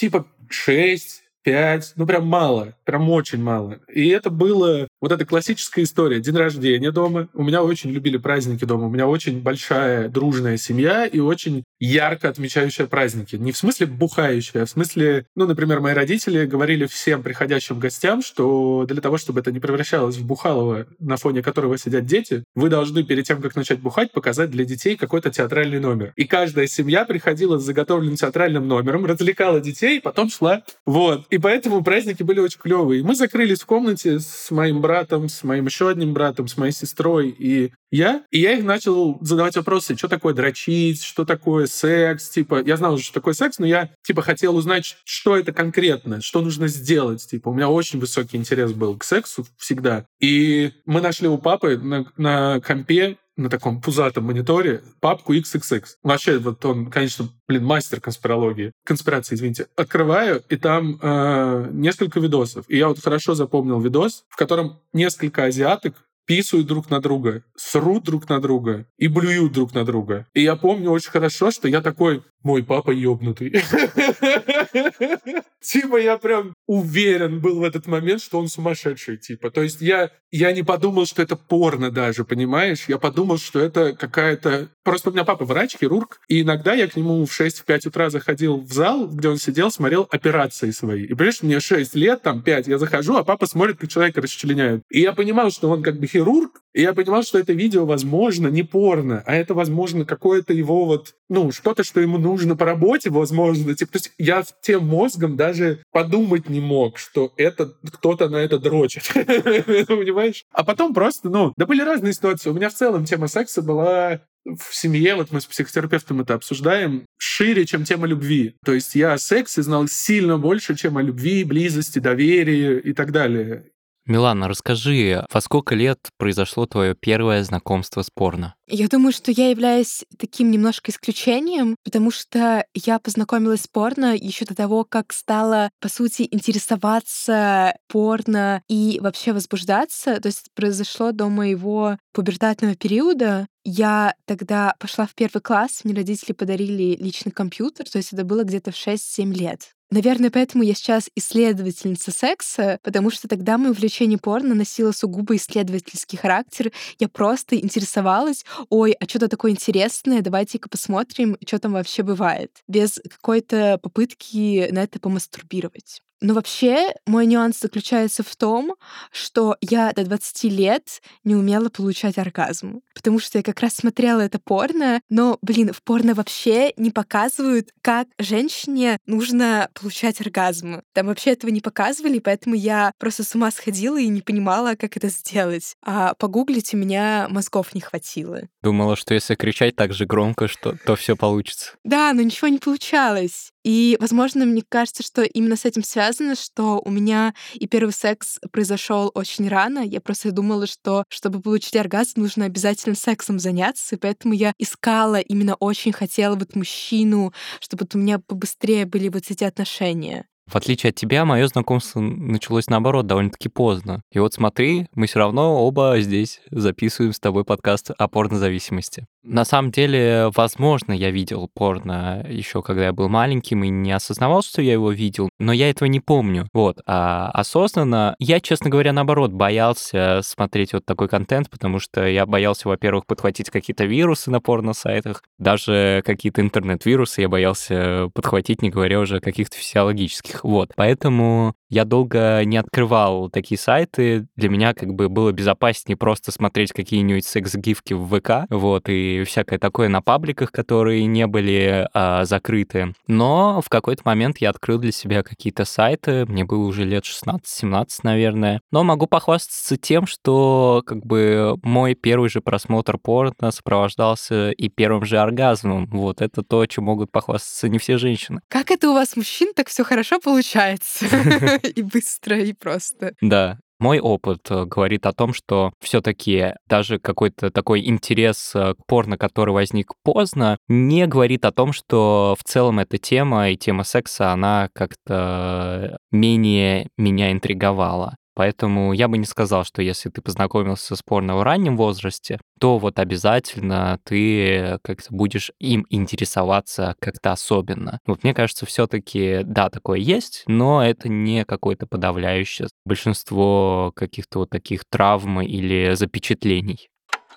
6, 5, прям мало, прям очень мало. И это было вот эта классическая история. День рождения дома. У меня очень любили праздники дома. У меня очень большая дружная семья и очень ярко отмечающая праздники. Не в смысле бухающая, а в смысле, например, мои родители говорили всем приходящим гостям, что для того, чтобы это не превращалось в бухалово, на фоне которого сидят дети, вы должны перед тем, как начать бухать, показать для детей какой-то театральный номер. И каждая семья приходила с заготовленным театральным номером, развлекала детей, потом шла. Вот. И поэтому праздники были очень клевые. Мы закрылись в комнате с моим братом, с моим еще одним братом, с моей сестрой и я их начал задавать вопросы, что такое дрочить, что такое секс, типа, я знал уже, что такое секс, но я, типа, хотел узнать, что это конкретно, что нужно сделать, типа, у меня очень высокий интерес был к сексу всегда. И мы нашли у папы на компе, на таком пузатом мониторе, папку XXX. Вообще, вот он, конечно, мастер конспирации, извините. Открываю, и там несколько видосов. И я вот хорошо запомнил видос, в котором несколько азиаток писают друг на друга, срут друг на друга и блюют друг на друга. И я помню очень хорошо, что я такой, мой папа ёбнутый. Типа я прям уверен был в этот момент, что он сумасшедший, типа. То есть я не подумал, что это порно даже, понимаешь? Я подумал, что это какая-то... Просто у меня папа врач, хирург, и иногда я к нему в 6-5 утра заходил в зал, где он сидел, смотрел операции свои. И понимаешь, мне 6 лет, там 5, я захожу, а папа смотрит, как человека расчленяют. И я понимал, что он как бы хирург, и я понимал, что это видео, возможно, не порно, а это, возможно, какое-то его вот, что-то, что ему нужно по работе, возможно. Типа, то есть я тем мозгом даже подумать не мог, что это кто-то на это дрочит. Понимаешь? А потом просто, да были разные ситуации. У меня в целом тема секса была в семье, вот мы с психотерапевтом это обсуждаем, шире, чем тема любви. То есть я о сексе знал сильно больше, чем о любви, близости, доверии и так далее. Милана, расскажи, во сколько лет произошло твое первое знакомство с порно? Я думаю, что я являюсь таким немножко исключением, потому что я познакомилась с порно еще до того, как стала, по сути, интересоваться порно и вообще возбуждаться. То есть это произошло до моего пубертатного периода. Я тогда пошла в 1 класс, мне родители подарили личный компьютер, то есть это было где-то в 6-7 лет. Наверное, поэтому я сейчас исследовательница секса, потому что тогда мое увлечение порно носило сугубо исследовательский характер. Я просто интересовалась, ой, а что-то такое интересное, давайте-ка посмотрим, что там вообще бывает, без какой-то попытки на это помастурбировать. Но вообще мой нюанс заключается в том, что я до 20 лет не умела получать оргазм, потому что я как раз смотрела это порно, но, в порно вообще не показывают, как женщине нужно получать оргазм. Там вообще этого не показывали, поэтому я просто с ума сходила и не понимала, как это сделать. А погуглить у меня мозгов не хватило. Думала, что если кричать так же громко, то все получится. Да, но ничего не получалось. И, возможно, мне кажется, что именно с этим связано, что у меня и первый секс произошел очень рано. Я просто думала, что чтобы получить оргазм, нужно обязательно сексом заняться, и поэтому я искала, именно очень хотела мужчину, чтобы у меня побыстрее были эти отношения. В отличие от тебя, мое знакомство началось, наоборот, довольно-таки поздно. И вот смотри, мы все равно оба здесь записываем с тобой подкаст о порнозависимости. На самом деле, возможно, я видел порно еще когда я был маленьким и не осознавал, что я его видел, но я этого не помню. А осознанно я, честно говоря, наоборот, боялся смотреть вот такой контент, потому что я боялся, во-первых, подхватить какие-то вирусы на порно-сайтах, даже какие-то интернет-вирусы я боялся подхватить, не говоря уже о каких-то физиологических. Поэтому я долго не открывал такие сайты. Для меня было безопаснее просто смотреть какие-нибудь секс-гифки в ВК, и всякое такое на пабликах, которые не были закрыты. Но в какой-то момент я открыл для себя какие-то сайты, мне было уже лет 16-17, наверное. Но могу похвастаться тем, что мой первый же просмотр порно сопровождался и первым же оргазмом. Это то, чем могут похвастаться не все женщины. Как это у вас, мужчин, так все хорошо получается? И быстро, и просто. Да. Мой опыт говорит о том, что все-таки даже какой-то такой интерес к порно, который возник поздно, не говорит о том, что в целом эта тема и тема секса, она как-то менее меня интриговала. Поэтому я бы не сказал, что если ты познакомился с порно в раннем возрасте, то обязательно ты как-то будешь им интересоваться как-то особенно. Мне кажется, все-таки, да, такое есть, но это не какое-то подавляющее большинство каких-то таких травм или запечатлений.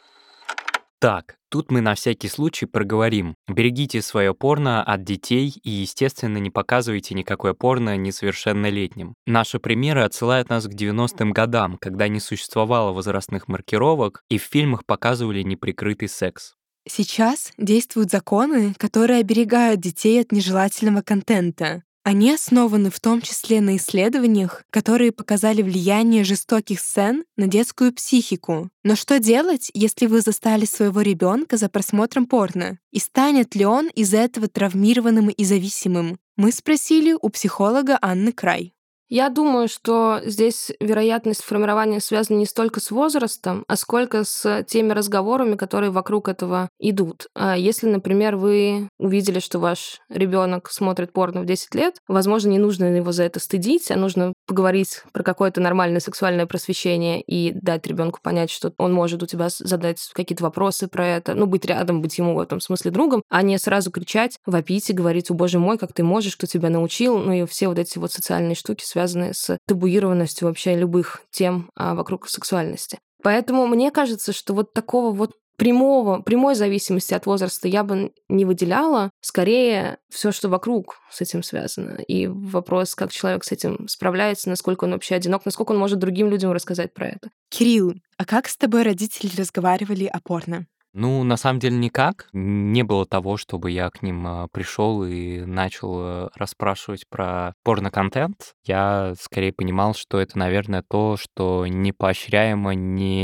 Так, тут мы на всякий случай проговорим. Берегите свое порно от детей и, естественно, не показывайте никакое порно несовершеннолетним. Наши примеры отсылают нас к 90-м годам, когда не существовало возрастных маркировок и в фильмах показывали неприкрытый секс. Сейчас действуют законы, которые оберегают детей от нежелательного контента. Они основаны в том числе на исследованиях, которые показали влияние жестоких сцен на детскую психику. Но что делать, если вы застали своего ребенка за просмотром порно? И станет ли он из-за этого травмированным и зависимым? Мы спросили у психолога Анны Край. Я думаю, что здесь вероятность формирования связана не столько с возрастом, а сколько с теми разговорами, которые вокруг этого идут. Если, например, вы увидели, что ваш ребенок смотрит порно в 10 лет, возможно, не нужно его за это стыдить, а нужно поговорить про какое-то нормальное сексуальное просвещение и дать ребенку понять, что он может у тебя задать какие-то вопросы про это, быть рядом, быть ему в этом смысле другом, а не сразу кричать, вопить и говорить: «О, боже мой, как ты можешь, кто тебя научил», и все вот эти вот социальные штуки, связанные с табуированностью вообще любых тем вокруг сексуальности. Поэтому мне кажется, что вот такого вот прямой зависимости от возраста я бы не выделяла. Скорее, все, что вокруг с этим связано. И вопрос, как человек с этим справляется, насколько он вообще одинок, насколько он может другим людям рассказать про это. Кирилл, а как с тобой родители разговаривали о порно? На самом деле никак. Не было того, чтобы я к ним пришел и начал расспрашивать про порно-контент. Я скорее понимал, что это, наверное, то, что не поощряемо,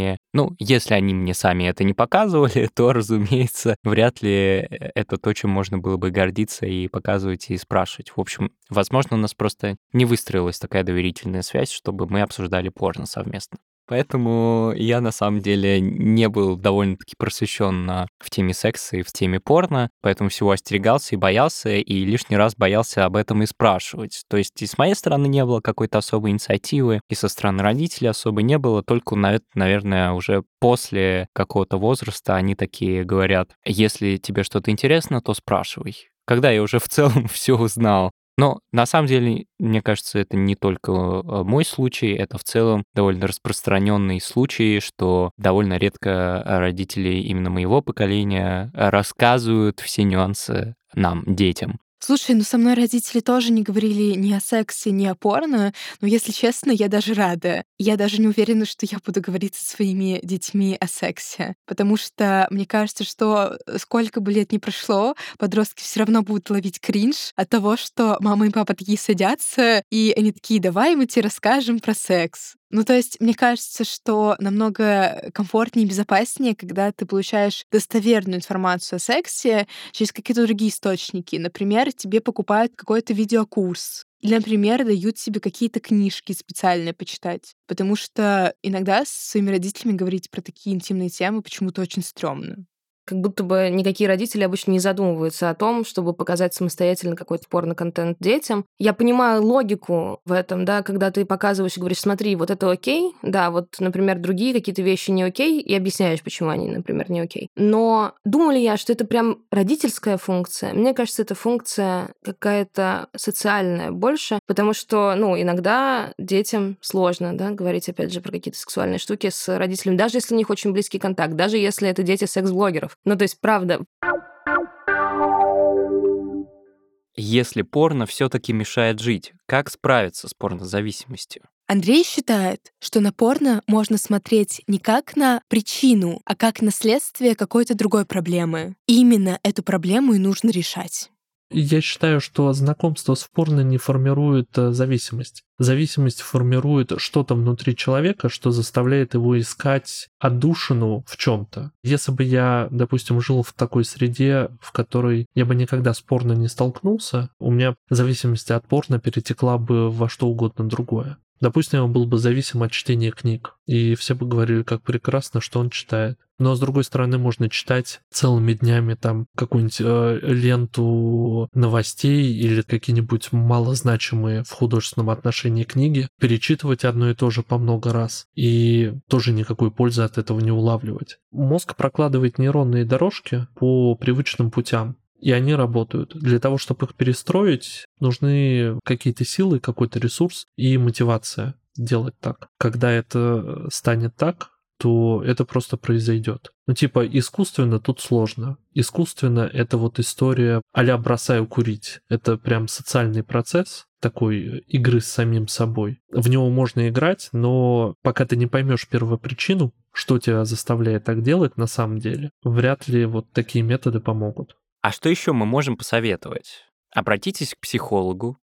если они мне сами это не показывали, то, разумеется, вряд ли это то, чем можно было бы гордиться и показывать, и спрашивать. В общем, возможно, у нас просто не выстроилась такая доверительная связь, чтобы мы обсуждали порно совместно. Поэтому я, на самом деле, не был довольно-таки просвещен в теме секса и в теме порно, поэтому всего остерегался и боялся, и лишний раз боялся об этом и спрашивать. То есть и с моей стороны не было какой-то особой инициативы, и со стороны родителей особо не было, только, наверное, уже после какого-то возраста они такие говорят: если тебе что-то интересно, то спрашивай. Когда я уже в целом все узнал. Но на самом деле, мне кажется, это не только мой случай, это в целом довольно распространенный случай, что довольно редко родители именно моего поколения рассказывают все нюансы нам, детям. Слушай, со мной родители тоже не говорили ни о сексе, ни о порно, но, если честно, я даже рада. Я даже не уверена, что я буду говорить со своими детьми о сексе, потому что мне кажется, что сколько бы лет ни прошло, подростки все равно будут ловить кринж от того, что мама и папа такие садятся, и они такие: давай мы тебе расскажем про секс. То есть, мне кажется, что намного комфортнее и безопаснее, когда ты получаешь достоверную информацию о сексе через какие-то другие источники. Например, тебе покупают какой-то видеокурс. Или, например, дают тебе какие-то книжки специальные почитать. Потому что иногда с своими родителями говорить про такие интимные темы почему-то очень стрёмно. Как будто бы никакие родители обычно не задумываются о том, чтобы показать самостоятельно какой-то порно-контент детям. Я понимаю логику в этом, да, когда ты показываешь и говоришь: смотри, вот это окей, да, вот, например, другие какие-то вещи не окей, и объясняешь, почему они, например, не окей. Но думаю ли я, что это прям родительская функция? Мне кажется, это функция какая-то социальная больше, потому что, иногда детям сложно, да, говорить, опять же, про какие-то сексуальные штуки с родителями, даже если у них очень близкий контакт, даже если это дети секс-блогеров. То есть, правда. Если порно все-таки мешает жить, как справиться с порнозависимостью? Андрей считает, что на порно можно смотреть не как на причину, а как на следствие какой-то другой проблемы. И именно эту проблему и нужно решать. Я считаю, что знакомство с порно не формирует зависимость. Зависимость формирует что-то внутри человека, что заставляет его искать отдушину в чем-то. Если бы я, допустим, жил в такой среде, в которой я бы никогда с порно не столкнулся, у меня зависимость от порно перетекла бы во что угодно другое. Допустим, он был бы зависим от чтения книг, и все бы говорили, как прекрасно, что он читает. Но, с другой стороны, можно читать целыми днями там какую-нибудь ленту новостей или какие-нибудь малозначимые в художественном отношении книги, перечитывать одно и то же по много раз, и тоже никакой пользы от этого не улавливать. Мозг прокладывает нейронные дорожки по привычным путям, и они работают. Для того, чтобы их перестроить, нужны какие-то силы, какой-то ресурс и мотивация делать так. Когда это станет так, то это просто произойдет. Искусственно тут сложно. Искусственно это вот история а-ля бросаю курить. Это прям социальный процесс такой игры с самим собой. В него можно играть, но пока ты не поймешь первопричину, что тебя заставляет так делать на самом деле, вряд ли вот такие методы помогут. А что еще мы можем посоветовать? Обратитесь к психологу,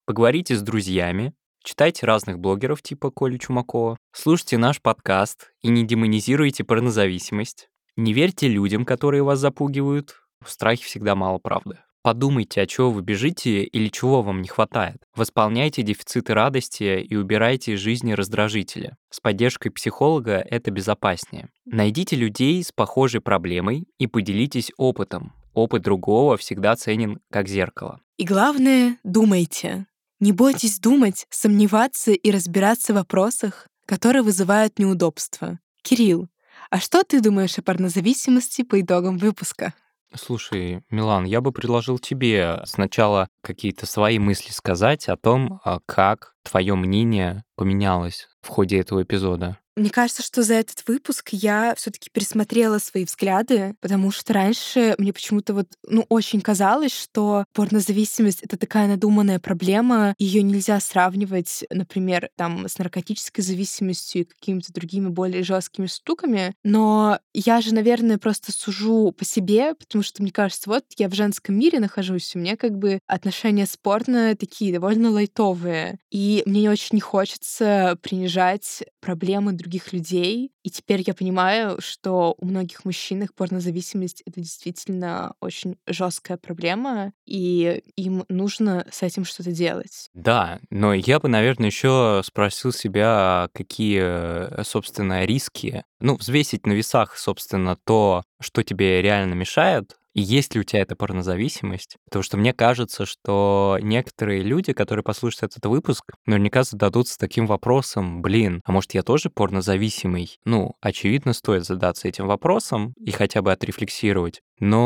Поговорите с друзьями, читайте разных блогеров типа Коли Чумакова, слушайте наш подкаст и не демонизируйте порнозависимость. Не верьте людям, которые вас запугивают. В страхе всегда мало правды. Подумайте, от чего вы бежите или чего вам не хватает. Восполняйте дефициты радости и убирайте из жизни раздражители. С поддержкой психолога это безопаснее. Найдите людей с похожей проблемой и поделитесь опытом. Опыт другого всегда ценен как зеркало. И главное, думайте. Не бойтесь думать, сомневаться и разбираться в вопросах, которые вызывают неудобства. Кирилл, а что ты думаешь о порнозависимости по итогам выпуска? Слушай, Милан, я бы предложил тебе сначала какие-то свои мысли сказать о том, как твое мнение поменялось в ходе этого эпизода. Мне кажется, что за этот выпуск я все-таки пересмотрела свои взгляды, потому что раньше мне почему-то очень казалось, что порнозависимость — это такая надуманная проблема, ее нельзя сравнивать, например, с наркотической зависимостью и какими-то другими более жесткими штуками. Но я же, наверное, просто сужу по себе, потому что мне кажется, я в женском мире нахожусь, у меня отношения с порно такие довольно лайтовые, и мне очень не хочется принижать проблемы других людей. И теперь я понимаю, что у многих мужчин порнозависимость — это действительно очень жесткая проблема, и им нужно с этим что-то делать. Да, но я бы, наверное, еще спросил себя, какие, собственно, риски. Взвесить на весах, собственно, то, что тебе реально мешает, и есть ли у тебя эта порнозависимость? Потому что мне кажется, что некоторые люди, которые послушают этот выпуск, наверняка зададутся таким вопросом: а может, я тоже порнозависимый? Очевидно, стоит задаться этим вопросом и хотя бы отрефлексировать.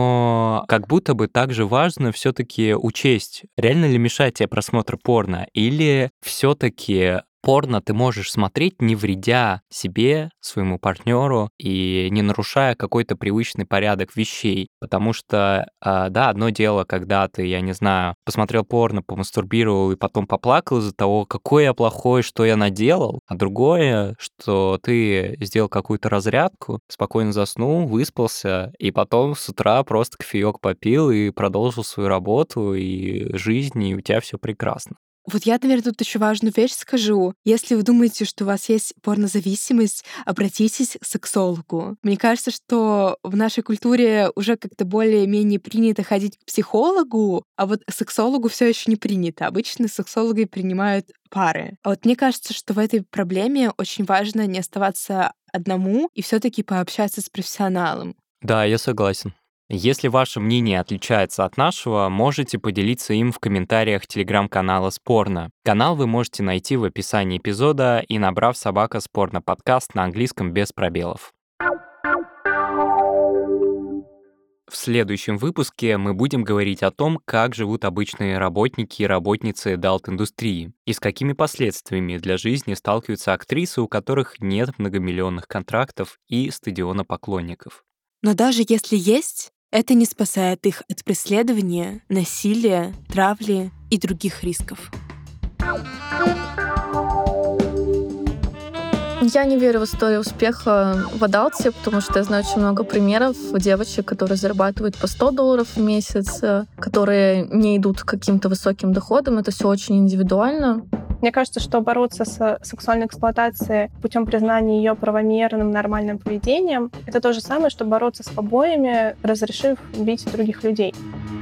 Но как будто бы также важно все-таки учесть, реально ли мешает тебе просмотр порно, или все-таки порно ты можешь смотреть, не вредя себе, своему партнеру и не нарушая какой-то привычный порядок вещей. Потому что, одно дело, когда ты, я не знаю, посмотрел порно, помастурбировал и потом поплакал из-за того, какой я плохой, что я наделал, а другое, что ты сделал какую-то разрядку, спокойно заснул, выспался, и потом с утра просто кофеек попил и продолжил свою работу и жизнь, и у тебя все прекрасно. Я, наверное, тут еще важную вещь скажу. Если вы думаете, что у вас есть порнозависимость, обратитесь к сексологу. Мне кажется, что в нашей культуре уже как-то более-менее принято ходить к психологу, а к сексологу все еще не принято. Обычно сексологи принимают пары. А мне кажется, что в этой проблеме очень важно не оставаться одному и все-таки пообщаться с профессионалом. Да, я согласен. Если ваше мнение отличается от нашего, можете поделиться им в комментариях телеграм-канала «Спорно». Канал вы можете найти в описании эпизода и набрав «Собака Спорно подкаст» на английском без пробелов. В следующем выпуске мы будем говорить о том, как живут обычные работники и работницы адалт-индустрии и с какими последствиями для жизни сталкиваются актрисы, у которых нет многомиллионных контрактов и стадиона поклонников. Но даже если есть, это не спасает их от преследования, насилия, травли и других рисков. Я не верю в историю успеха в адалте, потому что я знаю очень много примеров девочек, которые зарабатывают по $100 в месяц, которые не идут к каким-то высоким доходам. Это все очень индивидуально. Мне кажется, что бороться с сексуальной эксплуатацией путем признания ее правомерным, нормальным поведением — это то же самое, что бороться с побоями, разрешив бить других людей.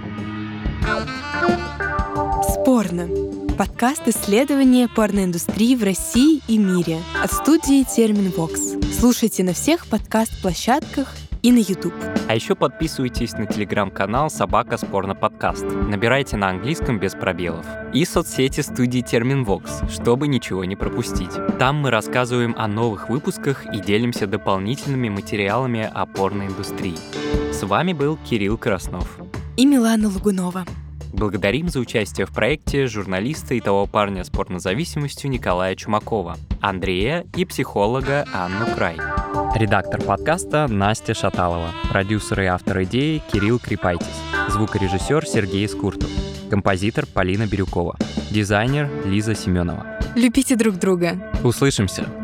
Спорно. Подкаст исследования порноиндустрии в России и мире от студии Terminvox. Слушайте на всех подкаст-площадках и на YouTube. А еще подписывайтесь на телеграм-канал «Собака Спорно подкаст». Набирайте на английском без пробелов. И соцсети студии Terminvox, чтобы ничего не пропустить. Там мы рассказываем о новых выпусках и делимся дополнительными материалами о порноиндустрии. С вами был Кирилл Краснов и Милана Лугунова. Благодарим за участие в проекте журналиста и того парня с порнозависимостью Николая Чумакова, Андрея и психолога Анну Край. Редактор подкаста Настя Шаталова, продюсер и автор идеи Кирилл Крипайтис, звукорежиссер Сергей Скуртов, композитор Полина Бирюкова, дизайнер Лиза Семенова. Любите друг друга. Услышимся!